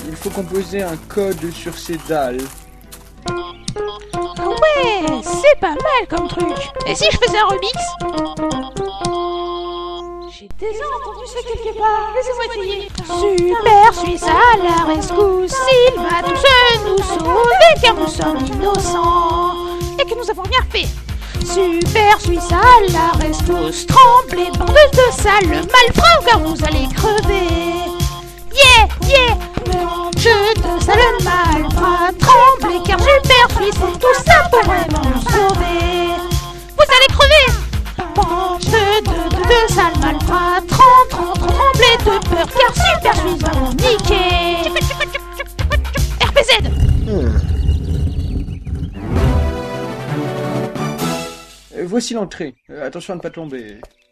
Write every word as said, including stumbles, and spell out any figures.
il faut composer un code sur ces dalles. Ouais, c'est pas mal comme truc. Et si je faisais un remix? J'ai déjà entendu ça quelque part. Laissez-moi essayer. Super Suisse à la rescousse, il va tous nous sauver car nous sommes innocents et que nous avons rien fait. Super Suisse à la rescousse, tremblez bande de sales malfrats car vous allez crever. Yeah, yeah, je de sales malfrats, tremblez car Super Suisse fait tout ça pour vraiment nous sauver. Vous allez crever. Bande de, de, de, de sales malfrats, tremblez, tremblez, tremblez de peur car Super Suisse va nous niquer. R P Z. Hmm. Euh, Voici l'entrée. Euh, attention à ne pas tomber.